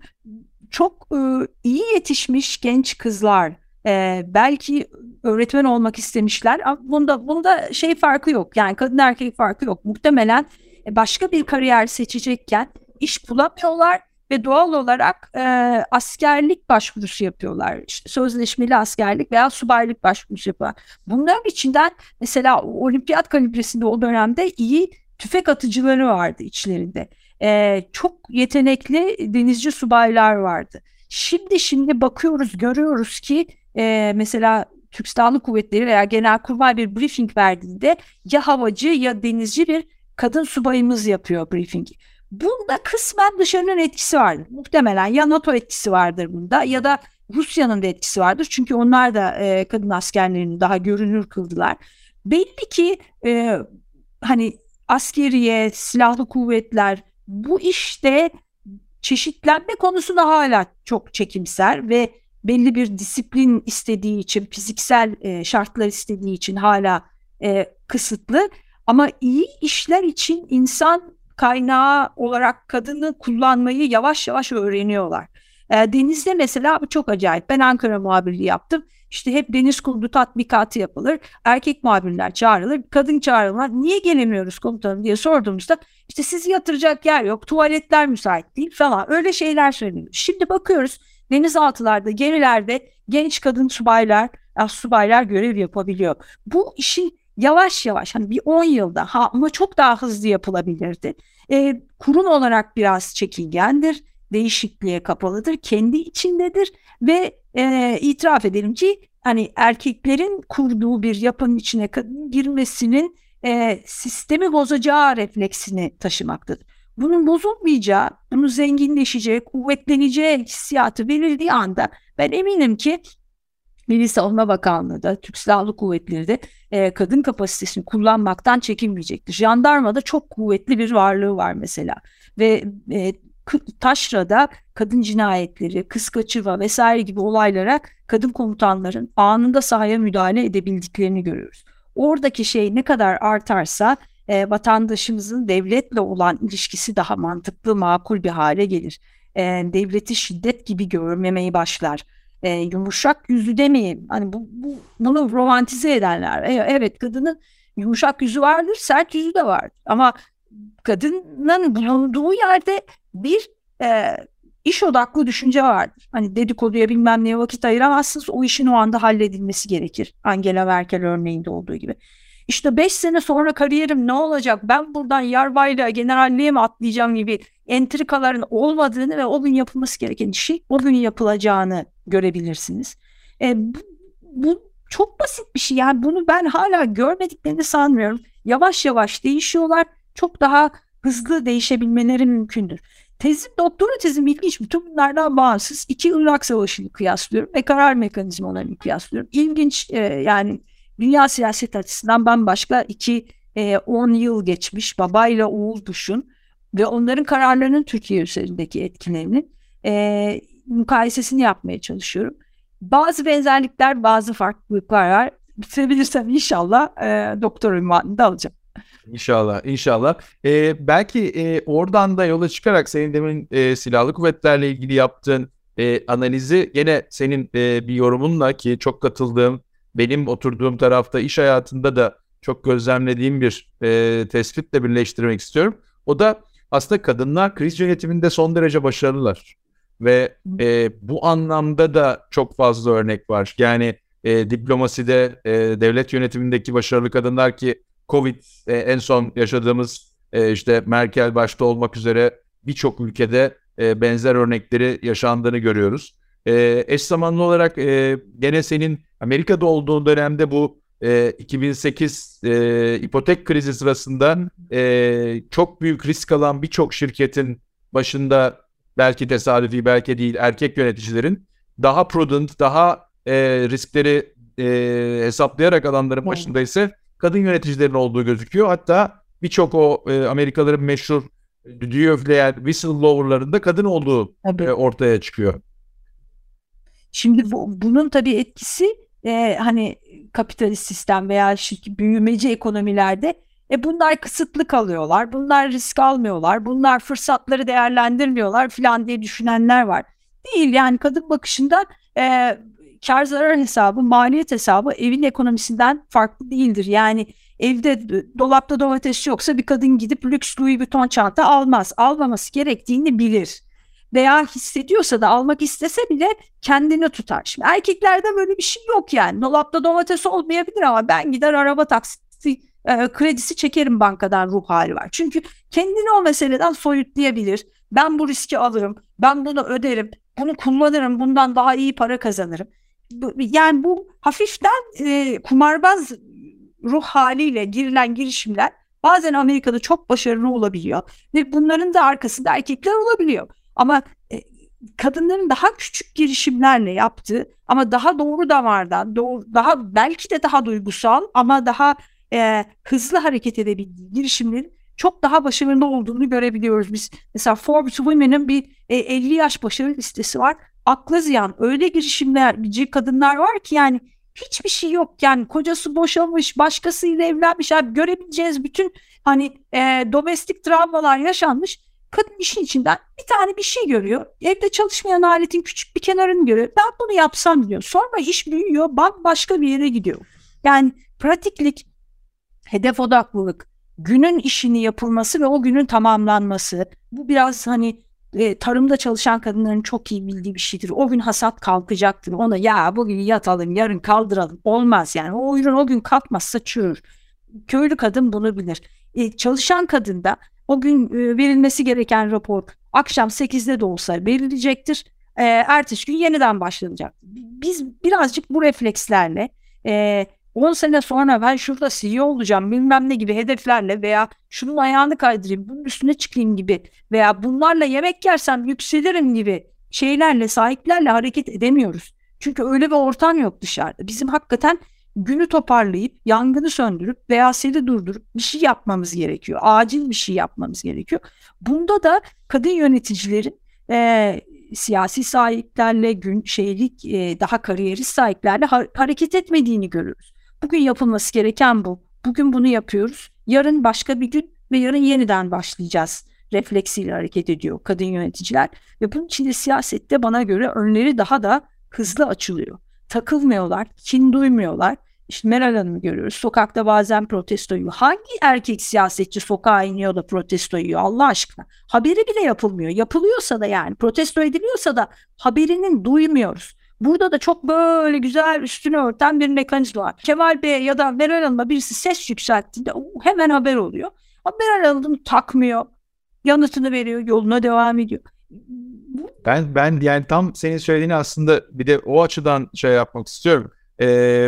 Çok e, iyi yetişmiş genç kızlar. E, belki öğretmen olmak istemişler. Ama bunda, bunda şey farkı yok. Yani kadın erkek farkı yok. Muhtemelen başka bir kariyer seçecekken iş bulamıyorlar ve doğal olarak e, askerlik başvurusu yapıyorlar. İşte sözleşmeli askerlik veya subaylık başvurusu yapıyorlar. Bunların içinden mesela olimpiyat kalibresinde o dönemde iyi tüfek atıcıları vardı içlerinde. E, çok yetenekli denizci subaylar vardı. Şimdi şimdi bakıyoruz, görüyoruz ki e, mesela Türk Silahlı Kuvvetleri veya Genelkurmay bir briefing verdiğinde ya havacı ya denizci bir kadın subayımız yapıyor briefingi. Bunda kısmen dışarının etkisi vardır. Muhtemelen ya NATO etkisi vardır bunda ya da Rusya'nın da etkisi vardır. Çünkü onlar da e, kadın askerlerini daha görünür kıldılar. Belli ki e, hani askeriye, silahlı kuvvetler bu işte çeşitlenme konusunda hala çok çekimser ve belli bir disiplin istediği için, fiziksel e, şartlar istediği için hala e, kısıtlı. Ama iyi işler için insan kaynağı olarak kadını kullanmayı yavaş yavaş öğreniyorlar. E, denizde mesela bu çok acayip. Ben Ankara muhabirliği yaptım. İşte hep deniz kurdu tatbikatı yapılır. Erkek muhabirler çağrılır, kadın çağrılmaz. Niye gelemiyoruz komutanım diye sorduğumuzda işte sizi yatıracak yer yok, tuvaletler müsait değil falan, öyle şeyler söyleniyor. Şimdi bakıyoruz denizaltılarda, gemilerde genç kadın subaylar, subaylar görev yapabiliyor. Bu işin yavaş yavaş, hani bir on yılda ha, ama çok daha hızlı yapılabilirdi. E, kurum olarak biraz çekingendir. değişikliğe kapalıdır, kendi içindedir ve e, itiraf edelim ki hani erkeklerin kurduğu bir yapının içine kadın girmesinin e, sistemi bozacağı refleksini taşımaktadır. Bunun bozulmayacağı, bunun zenginleşeceği, kuvvetleneceği hissiyatı verildiği anda ben eminim ki Milli Savunma Bakanlığı da, Türk Silahlı Kuvvetleri de e, kadın kapasitesini kullanmaktan çekinmeyecektir. Jandarmada çok kuvvetli bir varlığı var mesela ve e, taşrada kadın cinayetleri, kız kaçırma vesaire gibi olaylara kadın komutanların anında sahaya müdahale edebildiklerini görüyoruz. Oradaki şey ne kadar artarsa e, vatandaşımızın devletle olan ilişkisi daha mantıklı, makul bir hale gelir. E, devleti şiddet gibi görmemeye başlar. E, yumuşak yüzlü demeyeyim. Hani bu, bu bunu romantize edenler. E, evet kadının yumuşak yüzü vardır, sert yüzü de vardır. Ama kadının bulunduğu yerde bir e, iş odaklı düşünce vardır. Hani dedikoduya bilmem neye vakit ayıramazsınız. O işin o anda halledilmesi gerekir. Angela Merkel örneğinde olduğu gibi. İşte beş sene sonra kariyerim ne olacak? Ben buradan yarbayla generalliğe mi atlayacağım gibi entrikaların olmadığını ve o gün yapılması gereken işi o gün yapılacağını görebilirsiniz. E, bu, bu çok basit bir şey. Yani bunu ben hala görmediklerini sanmıyorum. Yavaş yavaş değişiyorlar. Çok daha hızlı değişebilmeleri mümkündür. Tezim, doktora tezim ilginç. Bütün bunlardan bağımsız iki Irak Savaşı'nı kıyaslıyorum ve karar mekanizmalarını kıyaslıyorum. İlginç e, yani dünya siyaset açısından bambaşka iki on e, yıl geçmiş babayla oğul düşün ve onların kararlarının Türkiye üzerindeki etkilerini e, mukayesesini yapmaya çalışıyorum. Bazı benzerlikler, bazı farklılıklar var. Bitirebilirsem inşallah e, doktora ünvanını da alacağım. İnşallah, inşallah. Ee, belki e, oradan da yola çıkarak senin demin e, silahlı kuvvetlerle ilgili yaptığın e, analizi gene senin e, bir yorumunla, ki çok katıldığım, benim oturduğum tarafta iş hayatında da çok gözlemlediğim bir e, tespitle birleştirmek istiyorum. O da aslında kadınlar kriz yönetiminde son derece başarılılar. Ve e, bu anlamda da çok fazla örnek var. Yani e, diplomaside, e, devlet yönetimindeki başarılı kadınlar, ki Covid e, en son yaşadığımız e, işte Merkel başta olmak üzere birçok ülkede e, benzer örnekleri yaşandığını görüyoruz. E, eş zamanlı olarak e, gene senin Amerika'da olduğun dönemde bu e, iki bin sekiz e, ipotek krizi sırasında e, çok büyük risk alan birçok şirketin başında, belki tesadüfi belki değil, erkek yöneticilerin daha prudent, daha e, riskleri e, hesaplayarak alanların başında ise kadın yöneticilerin olduğu gözüküyor. Hatta birçok o e, Amerikalıların meşhur düdüğü üfleyen whistleblower'ların da kadın olduğu e, ortaya çıkıyor. Şimdi bu, bunun tabii etkisi e, hani kapitalist sistem veya şirket, büyümeci ekonomilerde e, bunlar kısıtlı kalıyorlar, bunlar risk almıyorlar, bunlar fırsatları değerlendirmiyorlar falan diye düşünenler var. Değil yani, kadın bakışından e, kar zarar hesabı, maliyet hesabı evin ekonomisinden farklı değildir. Yani evde dolapta domates yoksa bir kadın gidip lüks Louis Vuitton çanta almaz. Almaması gerektiğini bilir. Veya hissediyorsa da almak istese bile kendini tutar. Şimdi erkeklerde böyle bir şey yok yani. Dolapta domates olmayabilir ama ben gider araba taksiti e, kredisi çekerim bankadan ruh hali var. Çünkü kendini o meseleden soyutlayabilir. Ben bu riski alırım. Ben bunu öderim. Bunu kullanırım. Bundan daha iyi para kazanırım. Yani bu hafiften e, kumarbaz ruh haliyle girilen girişimler bazen Amerika'da çok başarılı olabiliyor. Ve bunların da arkasında erkekler olabiliyor. Ama e, kadınların daha küçük girişimlerle yaptığı ama daha doğru damardan, doğru, daha belki de daha duygusal ama daha e, hızlı hareket edebildiği girişimlerin çok daha başarılı olduğunu görebiliyoruz biz. Mesela Forbes Women'ın bir e, elli yaş başarı listesi var. Akla ziyan öyle girişimlerci kadınlar var ki yani hiçbir şey yok. Yani kocası boşanmış, başkasıyla evlenmiş. Yani görebileceğiniz bütün hani e, domestik travmalar yaşanmış. Kadın işin içinden bir tane bir şey görüyor. Evde çalışmayan aletin küçük bir kenarını görüyor. Ben bunu yapsam diyor. Sonra iş büyüyor, bambaşka bir yere gidiyor. Yani pratiklik, hedef odaklılık, günün işini yapılması ve o günün tamamlanması. Bu biraz hani e, tarımda çalışan kadınların çok iyi bildiği bir şeydir. O gün hasat kalkacaktır. Ona ya bugün yatalım, yarın kaldıralım. Olmaz yani. O ürün o gün kalkmazsa çürür. Köylü kadın bunu bilir. E, çalışan kadın da O gün e, verilmesi gereken rapor akşam sekizde de olsa verilecektir. E, ertesi gün yeniden başlanacak. Biz birazcık bu reflekslerle e, on sene sonra ben şurada C E O olacağım bilmem ne gibi hedeflerle veya şunun ayağını kaydırayım, bunun üstüne çıkayım gibi veya bunlarla yemek yersem yükselirim gibi şeylerle, sahiplerle hareket edemiyoruz. Çünkü öyle bir ortam yok dışarıda. Bizim hakikaten günü toparlayıp, yangını söndürüp veya seli durdurup bir şey yapmamız gerekiyor. Acil bir şey yapmamız gerekiyor. Bunda da kadın yöneticilerin e, siyasi sahiplerle, gün şeylik e, daha kariyerist sahiplerle ha- hareket etmediğini görüyoruz. Bugün yapılması gereken bu. Bugün bunu yapıyoruz. Yarın başka bir gün ve yarın yeniden başlayacağız. Refleksiyle hareket ediyor kadın yöneticiler. Ve bunun için de siyasette bana göre önleri daha da hızlı açılıyor. Takılmıyorlar, kin duymuyorlar. İşte Meral Hanım'ı görüyoruz. Sokakta bazen protesto yiyor. Hangi erkek siyasetçi sokağa iniyor da protesto yiyor Allah aşkına? Haberi bile yapılmıyor. Yapılıyorsa da yani protesto ediliyorsa da haberinin duymuyoruz. Burada da çok böyle güzel üstünü örten bir mekanizma var. Kemal Bey ya da Meral Hanım'a birisi ses yükselttiğinde hemen haber oluyor. Ama Meral Hanım takmıyor. Yanıtını veriyor, yoluna devam ediyor. Ben ben yani tam senin söylediğini aslında bir de o açıdan şey yapmak istiyorum. Ee,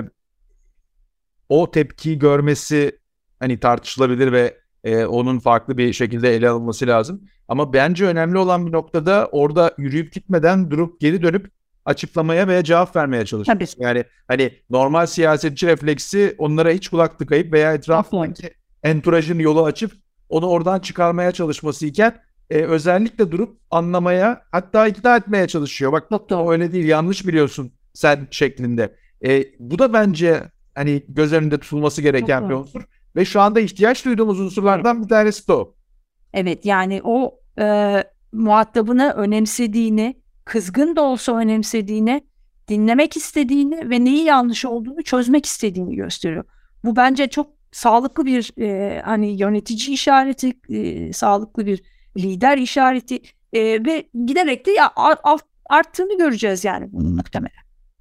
o tepkiyi görmesi hani tartışılabilir ve e, onun farklı bir şekilde ele alınması lazım. Ama bence önemli olan bir noktada orada yürüyüp gitmeden durup geri dönüp açıklamaya veya cevap vermeye çalışmak. Tabii. Yani hani normal siyasetçi refleksi onlara hiç kulak tıkayıp veya etrafındaki entourajın yolu açıp onu oradan çıkarmaya çalışması iken e, özellikle durup anlamaya hatta ikna etmeye çalışıyor. Bak o öyle değil, yanlış biliyorsun sen şeklinde. E, bu da bence hani göz önünde tutulması gereken Çok bir unsur. Ve şu anda ihtiyaç duyduğumuz unsurlardan bir tanesi de o. Evet, yani o e, muhatabını önemsediğini, kızgın da olsa önemsediğini, dinlemek istediğini ve neyi yanlış olduğunu çözmek istediğini gösteriyor. Bu bence çok sağlıklı bir e, hani yönetici işareti, e, sağlıklı bir lider işareti e, ve giderek de ya, art, arttığını göreceğiz yani bunun muhtemelen.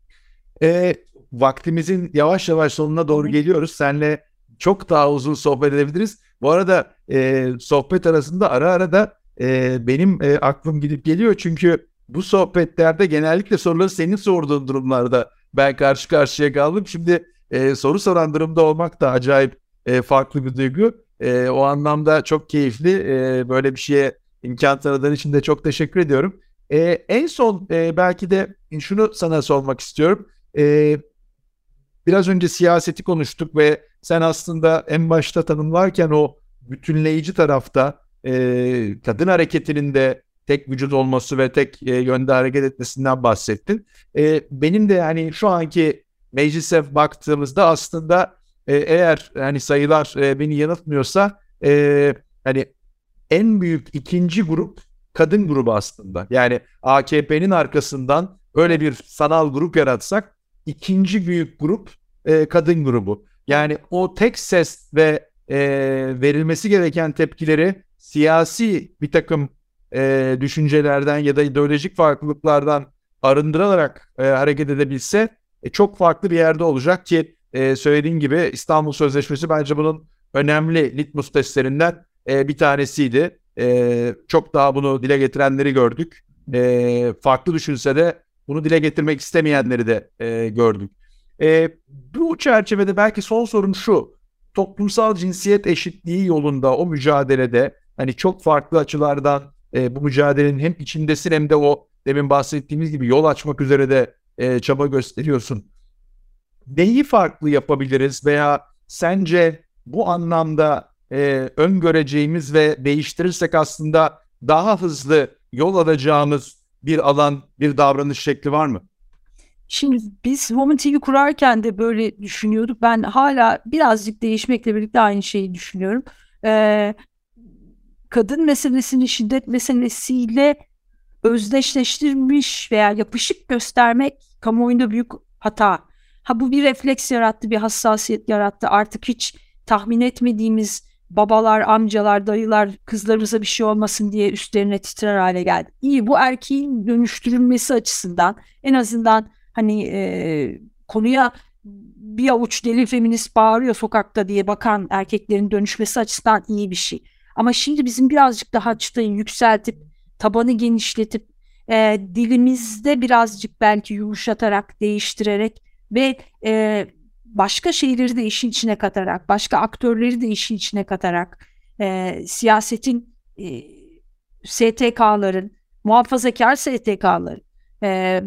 E, vaktimizin yavaş yavaş sonuna doğru geliyoruz. Seninle çok daha uzun sohbet edebiliriz. Bu arada e, sohbet arasında ara ara da e, benim e, aklım gidip geliyor. Çünkü bu sohbetlerde genellikle soruları senin sorduğun durumlarda ben karşı karşıya kaldım. Şimdi e, soru soran durumda olmak da acayip e, farklı bir duygu. E, o anlamda çok keyifli. E, böyle bir şeye imkan tanıdığın için de çok teşekkür ediyorum. E, en son e, belki de şunu sana sormak istiyorum. E, biraz önce siyaseti konuştuk ve sen aslında en başta tanımlarken o bütünleyici tarafta e, kadın hareketinin de tek vücut olması ve tek e, yönde hareket etmesinden bahsettin. E, benim de yani şu anki meclise baktığımızda aslında e, eğer hani sayılar e, beni yanıltmıyorsa e, hani en büyük ikinci grup kadın grubu aslında. Yani A K P'nin arkasından öyle bir sanal grup yaratsak ikinci büyük grup e, kadın grubu. Yani o tek ses ve e, verilmesi gereken tepkileri siyasi bir takım e, düşüncelerden ya da ideolojik farklılıklardan arındırarak e, hareket edebilse e, çok farklı bir yerde olacak ki e, söylediğin gibi İstanbul Sözleşmesi bence bunun önemli litmus testlerinden e, bir tanesiydi. E, çok daha bunu dile getirenleri gördük. E, farklı düşünse de bunu dile getirmek istemeyenleri de e, gördük. E, bu çerçevede belki son sorum şu. Toplumsal cinsiyet eşitliği yolunda o mücadelede hani çok farklı açılardan e, bu mücadelenin hem içindesin hem de o demin bahsettiğimiz gibi yol açmak üzere de e, çaba gösteriyorsun. Neyi farklı yapabiliriz veya sence bu anlamda e, öngöreceğimiz ve değiştirirsek aslında daha hızlı yol alacağımız bir alan, bir davranış şekli var mı? Şimdi biz Women T V kurarken de böyle düşünüyorduk. Ben hala birazcık değişmekle birlikte aynı şeyi düşünüyorum. Ee, kadın meselesini şiddet meselesiyle özdeşleştirmiş veya yapışık göstermek kamuoyunda büyük hata. Ha bu bir refleks yarattı, bir hassasiyet yarattı. Artık hiç tahmin etmediğimiz babalar, amcalar, dayılar kızlarımıza bir şey olmasın diye üstlerine titrer hale geldi. İyi, bu erkeğin dönüştürülmesi açısından en azından hani e, konuya bir avuç deli feminist bağırıyor sokakta diye bakan erkeklerin dönüşmesi açısından iyi bir şey. Ama şimdi bizim birazcık daha çıtayı yükseltip, tabanı genişletip, e, dilimizde birazcık belki yumuşatarak, değiştirerek ve e, başka şeyleri de işin içine katarak, başka aktörleri de işin içine katarak, e, siyasetin, e, S T K'ların, muhafazakar S T K'ların e,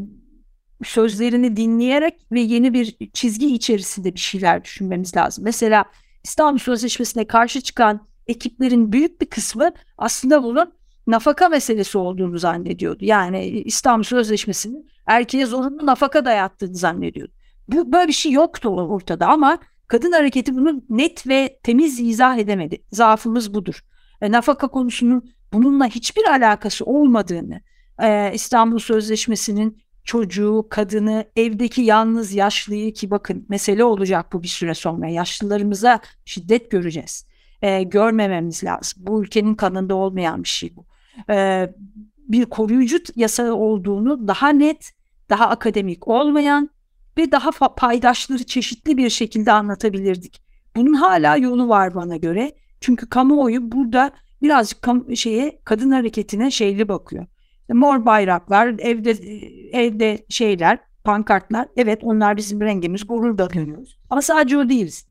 sözlerini dinleyerek ve yeni bir çizgi içerisinde bir şeyler düşünmemiz lazım. Mesela İstanbul Sözleşmesi'ne karşı çıkan ekiplerin büyük bir kısmı aslında bunun nafaka meselesi olduğunu zannediyordu. Yani İstanbul Sözleşmesi'nin erkeğe zorunlu nafaka dayattığını zannediyordu. Bu, böyle bir şey yoktu ortada ama kadın hareketi bunu net ve temiz izah edemedi. Zaafımız budur. E, nafaka konusunun bununla hiçbir alakası olmadığını, e, İstanbul Sözleşmesi'nin çocuğu, kadını, evdeki yalnız yaşlıyı, ki bakın mesele olacak bu bir süre sonra. Yaşlılarımıza şiddet göreceğiz. E, görmememiz lazım. Bu ülkenin kanında olmayan bir şey bu. E, bir koruyucu yasa olduğunu daha net, daha akademik olmayan ve daha paydaşları çeşitli bir şekilde anlatabilirdik. Bunun hala yolu var bana göre. Çünkü kamuoyu burada birazcık kam- şeye, kadın hareketine şeyli bakıyor. Mor bayraklar, evde evde şeyler, pankartlar. Evet, onlar bizim rengimiz, gurur da duyuyoruz. Ama sadece o değiliz.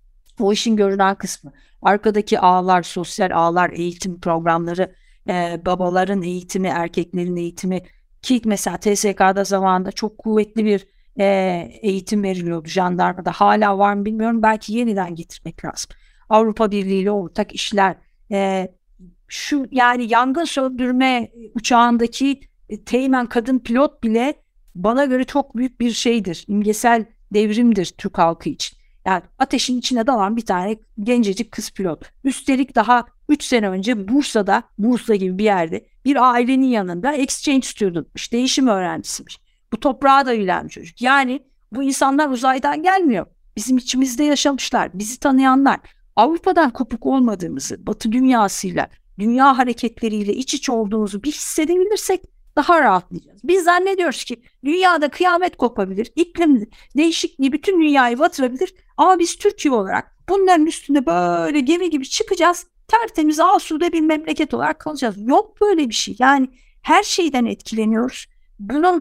O işin görünen kısmı. Arkadaki ağlar, sosyal ağlar, eğitim programları, e, babaların eğitimi, erkeklerin eğitimi, ki mesela T S K'da zamanında çok kuvvetli bir e, eğitim veriliyordu jandarmada. Hala var mı bilmiyorum. Belki yeniden getirmek lazım. Avrupa Birliği ile ortak işler. E, şu yani yangın söndürme uçağındaki e, teğmen kadın pilot bile bana göre çok büyük bir şeydir. İmgesel devrimdir Türk halkı için. Yani ateşin içine dalan bir tane gencecik kız pilot. Üstelik daha üç sene önce Bursa'da, Bursa gibi bir yerde bir ailenin yanında exchange student'mış, değişim öğrencisiymiş. Bu toprağa da yülen çocuk. Yani bu insanlar uzaydan gelmiyor. Bizim içimizde yaşamışlar, bizi tanıyanlar. Avrupa'dan kopuk olmadığımızı, Batı dünyasıyla, dünya hareketleriyle iç içe olduğumuzu bir hissedebilirsek daha rahatlayacağız. Biz zannediyoruz ki dünyada kıyamet kopabilir, iklim değişikliği bütün dünyayı batırabilir ama biz Türkiye olarak bunların üstünde böyle gemi gibi çıkacağız, tertemiz asude bir memleket olarak kalacağız. Yok böyle bir şey. Yani her şeyden etkileniyoruz. Bunun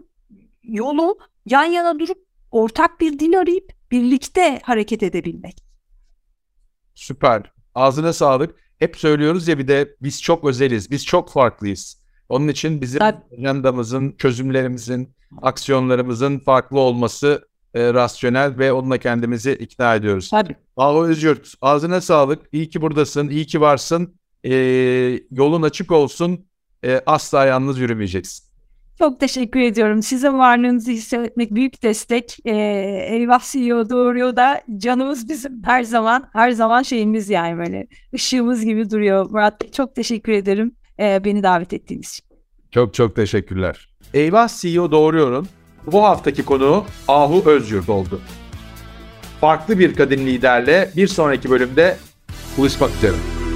yolu yan yana durup ortak bir dil arayıp birlikte hareket edebilmek. Süper. Ağzına sağlık. Hep söylüyoruz ya, bir de biz çok özeliz, biz çok farklıyız. Onun için bizim ajandamızın, çözümlerimizin, aksiyonlarımızın farklı olması e, rasyonel ve onunla kendimizi ikna ediyoruz. Tabii. Ahu Özyurt, ağzına sağlık. İyi ki buradasın, iyi ki varsın. E, yolun açık olsun. E, asla yalnız yürümeyeceksin. Çok teşekkür ediyorum. Sizin varlığınızı hissetmek büyük destek. Ee, Eyvah C E O doğuruyor da canımız bizim her zaman, her zaman şeyimiz yani böyle ışığımız gibi duruyor. Murat Bey, çok teşekkür ederim ee, beni davet ettiğiniz için. Çok çok teşekkürler. Eyvah C E O doğuruyor'un bu haftaki konuğu Ahu Özyurt oldu. Farklı bir kadın liderle bir sonraki bölümde buluşmak üzere.